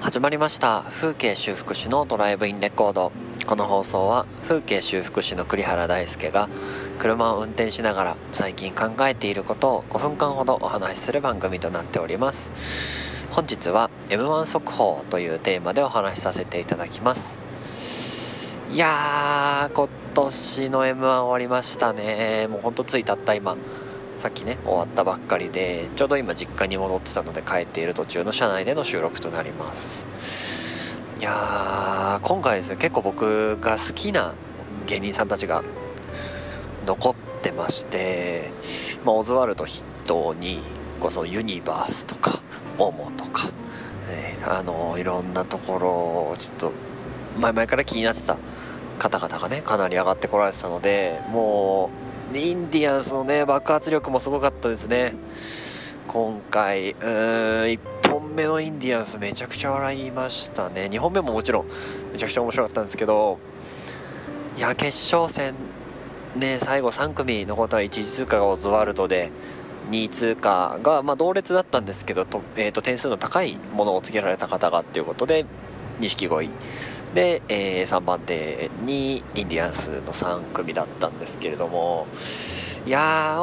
始まりました風景修復師のドライブインレコード。この放送は風景修復師の栗原大輔が車を運転しながら最近考えていることを5分間ほどお話しする番組となっております。本日は M1 速報というテーマでお話しさせていただきます。いやー、今年の M1 終わりましたね。もうほんとついたった今、さっきね終わったばっかりで、ちょうど今実家に戻ってたので帰っている途中の車内での収録となります。いやー、今回ですね、結構僕が好きな芸人さんたちが残ってまして、オズワルド筆頭にそのユニバースとかモモとか、いろんなところをちょっと前々から気になってた方々がねかなり上がってこられてたので、もうインディアンスのね爆発力もすごかったですね。今回1本目のインディアンスめちゃくちゃ笑いましたね。2本目ももちろんめちゃくちゃ面白かったんですけど、いや決勝戦ね、最後3組残った1位通過がオズワルドで、2位通過が同列だったんですけど、点数の高いものをつけられた方がっていうことで錦鯉で、3番手にインディアンスの3組だったんですけれども、いやー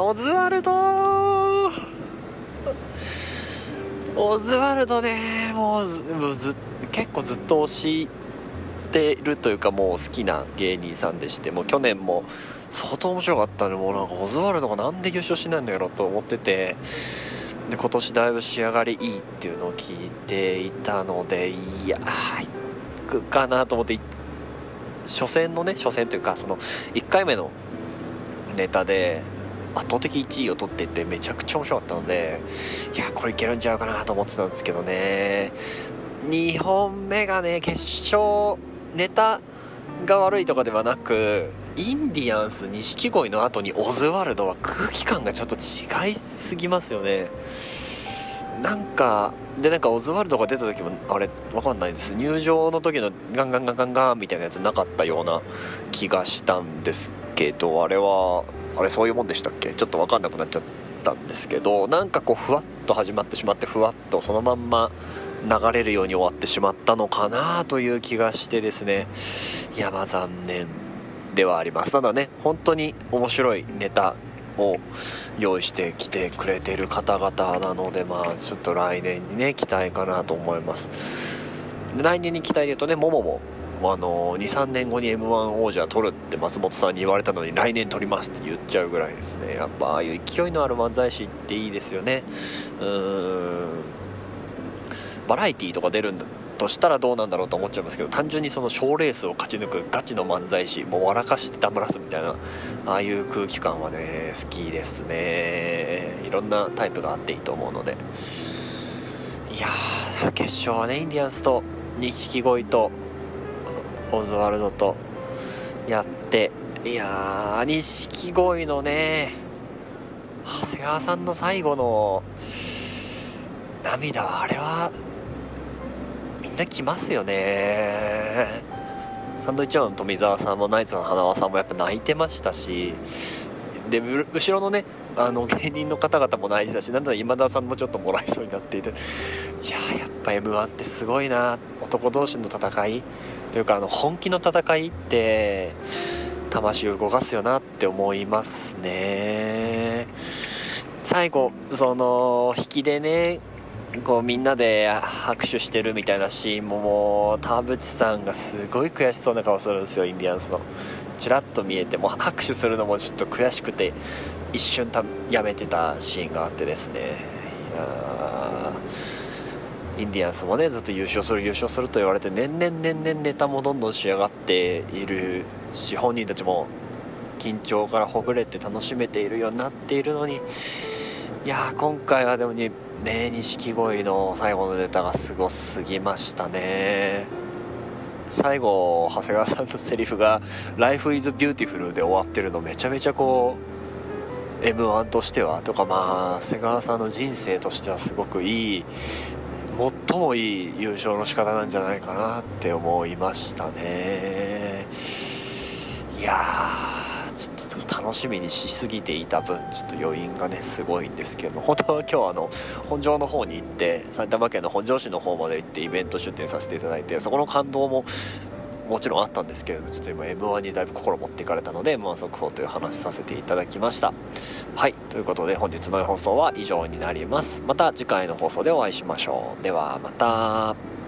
オズワルドね、もう結構ずっと推してるというか、もう好きな芸人さんでして、もう去年も相当面白かったので、もうなんかオズワルドがなんで優勝しないんだろうと思ってて、で今年だいぶ仕上がりいいっていうのを聞いていたので、いやー行くかなと思って、初戦というかその1回目のネタで圧倒的1位を取っていてめちゃくちゃ面白かったので、いやこれいけるんちゃうかなと思ってたんですけどね、2本目がね、決勝ネタが悪いとかではなく、インディアンス錦鯉の後にオズワルドは空気感がちょっと違いすぎますよね。なんかオズワルドが出た時もあれ分かんないです、入場の時のガンガンガンガンガンみたいなやつなかったような気がしたんですけど、あれそういうもんでしたっけ、ちょっと分かんなくなっちゃったんですけど、なんかこうふわっと始まってしまって、ふわっとそのまんま流れるように終わってしまったのかなという気がしてですね、いや残念ではあります。ただね、本当に面白いネタを用意してきてくれてる方々なので、ちょっと来年にね期待かなと思います。来年に期待で言うとね、ももも2,3年後に M1 王者取るって松本さんに言われたのに、来年取りますって言っちゃうぐらいですね。やっぱああいう勢いのある漫才師っていいですよね。バラエティーとか出るんだとしたらどうなんだろうと思っちゃいますけど、単純にその賞レースを勝ち抜くガチの漫才師、もう笑かして黙らすみたいな、ああいう空気感はね好きですね。いろんなタイプがあっていいと思うので、いやー決勝はね、インディアンスと錦鯉とオズワルドとやって、いやー錦鯉のね長谷川さんの最後の涙は、あれはみんな来ますよね。サンドウィッチマンの富澤さんもナイツの花輪さんもやっぱ泣いてましたし、で後ろのね芸人の方々も泣いてたし、なんだら今田さんもちょっともらいそうになっていて、いややっぱ M1 ってすごいな、男同士の戦いというか本気の戦いって魂を動かすよなって思いますね。最後その引きでね、こうみんなで拍手してるみたいなシーンも、もう田渕さんがすごい悔しそうな顔するんですよ。インディアンスのちらっと見えて、もう拍手するのもちょっと悔しくて一瞬やめてたシーンがあってですね、いやインディアンスもねずっと優勝すると言われて、年々ネタもどんどん仕上がっているし、本人たちも緊張からほぐれて楽しめているようになっているのに、いや今回はでもね錦鯉の最後のネタがすごすぎましたね。最後長谷川さんのセリフが「Life is beautiful」で終わってるの、めちゃめちゃこう M1 としてはとか、長谷川さんの人生としてはすごくいい、最もいい優勝の仕方なんじゃないかなって思いましたね。いやーちょっと楽しみにしすぎていた分ちょっと余韻がねすごいんですけど、本当は今日本庄の方に行って、埼玉県の本庄市の方まで行ってイベント出店させていただいて、そこの感動ももちろんあったんですけれども、ちょっと今 M1 にだいぶ心持っていかれたので、速報という話させていただきました。はい、ということで本日の放送は以上になります。また次回の放送でお会いしましょう。ではまた。